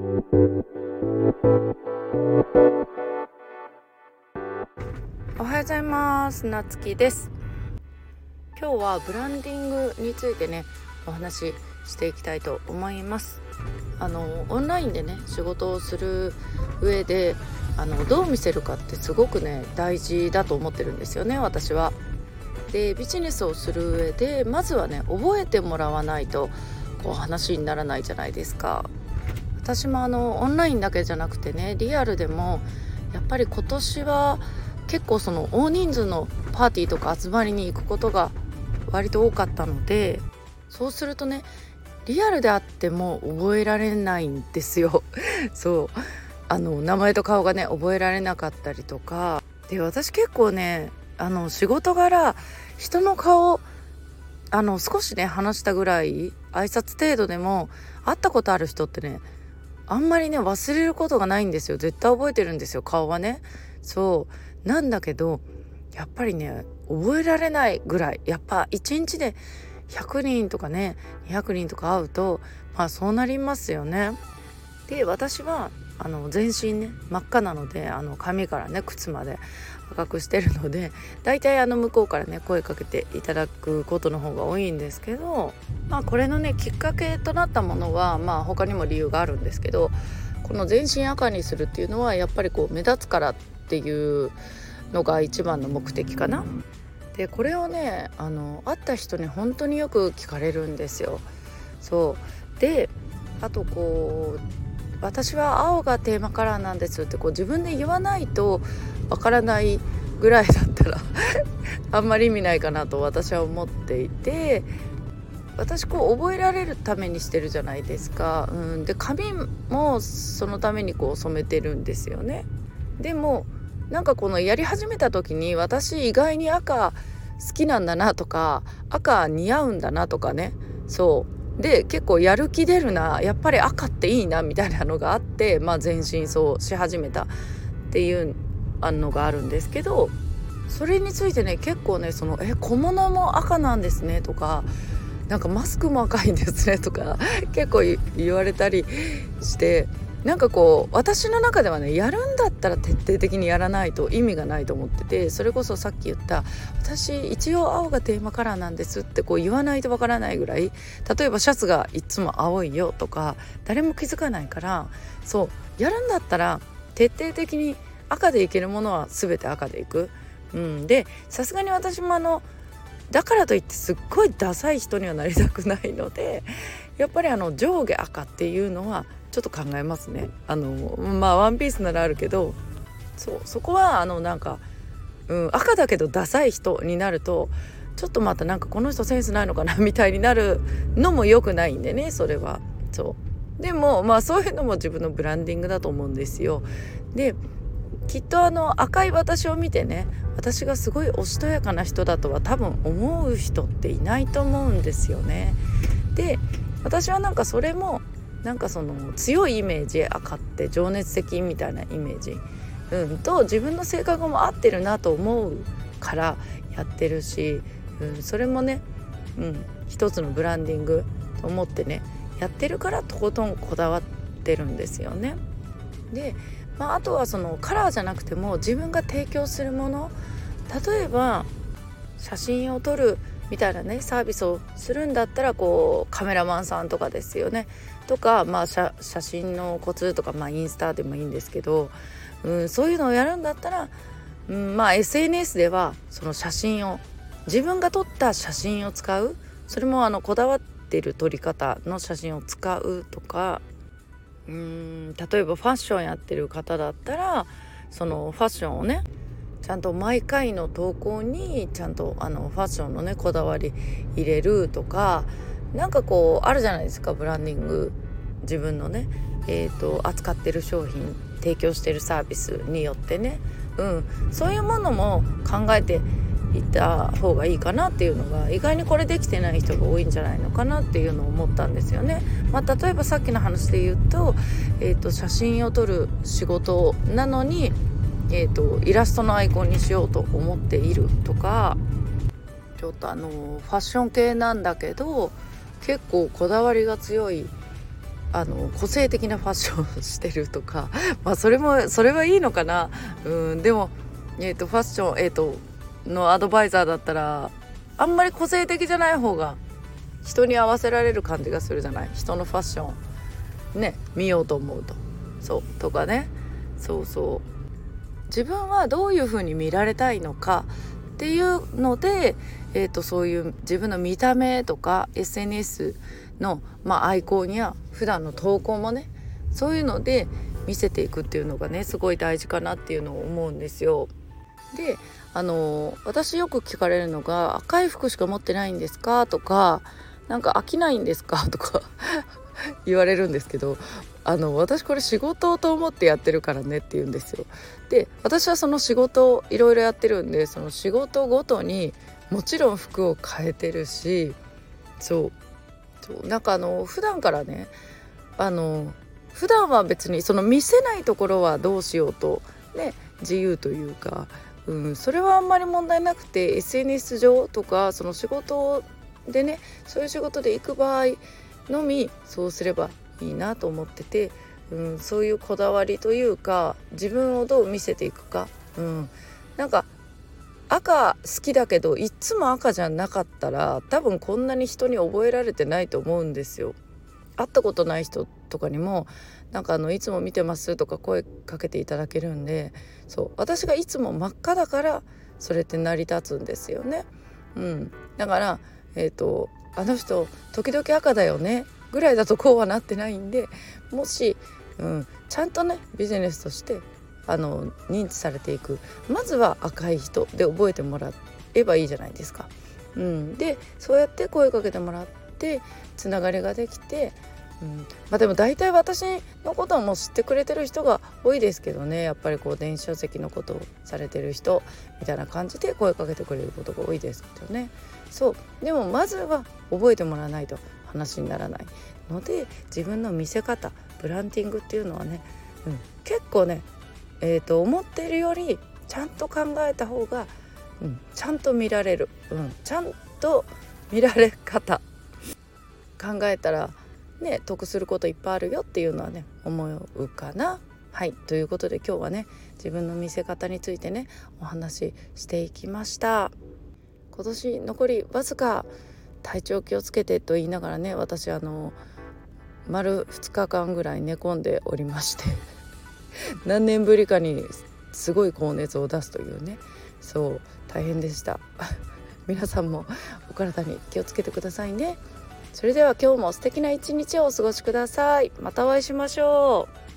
おはようございます。なつきです。今日はブランディングについてねお話ししていきたいと思います。オンラインでね仕事をする上でどう見せるかってすごくね大事だと思ってるんですよね、私は。でビジネスをする上でまずはね覚えてもらわないと話にならないじゃないですか。私もオンラインだけじゃなくてねリアルでもやっぱり今年は結構その大人数のパーティーとか集まりに行くことが割と多かったので、そうするとねリアルであっても覚えられないんですよそう名前と顔がね覚えられなかったりとかで、私結構ね仕事柄人の顔少しね話したぐらい挨拶程度でも会ったことある人ってねあんまりね忘れることがないんですよ。絶対覚えてるんですよ、顔はね。そうなんだけどやっぱりね覚えられないぐらい、やっぱ1日で100人とかね200人とか会うとそうなりますよね。で私は全身ね真っ赤なので髪からね靴まで赤くしてるので、だいたい向こうからね声かけていただくことの方が多いんですけど、これのねきっかけとなったものは他にも理由があるんですけど、この全身赤にするっていうのはやっぱり目立つからっていうのが一番の目的かな。でこれをね会った人に本当によく聞かれるんですよ。そうであと私は青がテーマカラーなんですって自分で言わないとわからないぐらいだったらあんまり意味ないかなと私は思っていて、私覚えられるためにしてるじゃないですか。で髪もそのために染めてるんですよね。でもやり始めた時に私意外に赤好きなんだなとか赤似合うんだなとかね、そうで結構やる気出るな、やっぱり赤っていいなみたいなのがあって、全身そうし始めたっていうのがあるんですけど、それについてね結構ね小物も赤なんですねとかマスクも赤いんですねとか結構言われたりして、私の中ではねやるんだったら徹底的にやらないと意味がないと思ってて、それこそさっき言った私一応青がテーマカラーなんですって言わないとわからないぐらい、例えばシャツがいつも青いよとか誰も気づかないから、やるんだったら徹底的に赤でいけるものは全て赤でいく。でさすがに私もだからといってすっごいダサい人にはなりたくないので、やっぱり上下赤っていうのはちょっと考えますね。ワンピースならあるけどそこは赤だけどダサい人になるとちょっとまたこの人センスないのかなみたいになるのも良くないんでね、それは。でもそういうのも自分のブランディングだと思うんですよ。できっと赤い私を見てね私がすごいおしとやかな人だとは多分思う人っていないと思うんですよね。で私はそれもその強いイメージ、赤って情熱的みたいなイメージ、と自分の性格も合ってるなと思うからやってるし、それもね、一つのブランディングと思ってねやってるからとことんこだわってるんですよね。であとはそのカラーじゃなくても自分が提供するもの、例えば写真を撮るみたいなねサービスをするんだったらカメラマンさんとかですよねとか、写真のコツとか、インスタでもいいんですけど、そういうのをやるんだったら、SNS ではその写真を自分が撮った写真を使う、それもこだわってる撮り方の写真を使うとか、例えばファッションやってる方だったらそのファッションをねちゃんと毎回の投稿にちゃんとファッションのねこだわり入れるとか、あるじゃないですか、ブランディング。自分のね、扱ってる商品提供してるサービスによってね、そういうものも考えていった方がいいかなっていうのが、意外にこれできてない人が多いんじゃないのかなっていうのを思ったんですよね。例えばさっきの話で言うと、写真を撮る仕事なのに、イラストのアイコンにしようと思っているとか、ちょっとファッション系なんだけど結構こだわりが強い個性的なファッションをしてるとかそれはいいのかな。でも、ファッション、のアドバイザーだったらあんまり個性的じゃない方が人に合わせられる感じがするじゃない。人のファッションね見ようと思うとそうとかね。自分はどういう風に見られたいのかっていうので、そういう自分の見た目とか SNS の、アイコンや普段の投稿もねそういうので見せていくっていうのがねすごい大事かなっていうのを思うんですよ。で私よく聞かれるのが赤い服しか持ってないんですかとかなんか飽きないんですかとか言われるんですけど私これ仕事と思ってやってるからねって言うんですよ。で私はその仕事をいろいろやってるんでその仕事ごとにもちろん服を変えてるしなんか普段からね普段は別にその見せないところはどうしようとね自由というか、それはあんまり問題なくて SNS 上とかその仕事でねそういう仕事で行く場合のみそうすればいいなと思ってて、そういうこだわりというか自分をどう見せていくか、なんか赤好きだけどいつも赤じゃなかったら多分こんなに人に覚えられてないと思うんですよ。会ったことない人とかにもなんかいつも見てますとか声かけていただけるんで私がいつも真っ赤だからそれって成り立つんですよね。だからあの人時々赤だよねぐらいだとこうはなってないんでもし、ちゃんとねビジネスとして認知されていくまずは赤い人で覚えてもらえばいいじゃないですか。でそうやって声かけてもらってつながりができて、でも大体私のことはもう知ってくれてる人が多いですけどね。やっぱりこう電子書籍のことをされてる人みたいな感じで声かけてくれることが多いですけどね。でもまずは覚えてもらわないと話にならないので自分の見せ方ブランディングっていうのはね、結構ね思っているよりちゃんと考えた方が、ちゃんと見られる、ちゃんと見られ方考えたらね得することいっぱいあるよっていうのはね思うかな。ということで今日はね自分の見せ方についてねお話ししていきました。今年残りわずか体調気をつけてと言いながらね私丸2日間ぐらい寝込んでおりまして何年ぶりかにすごい高熱を出すというね大変でした皆さんもお体に気をつけてくださいね。それでは今日も素敵な一日をお過ごしください。またお会いしましょう。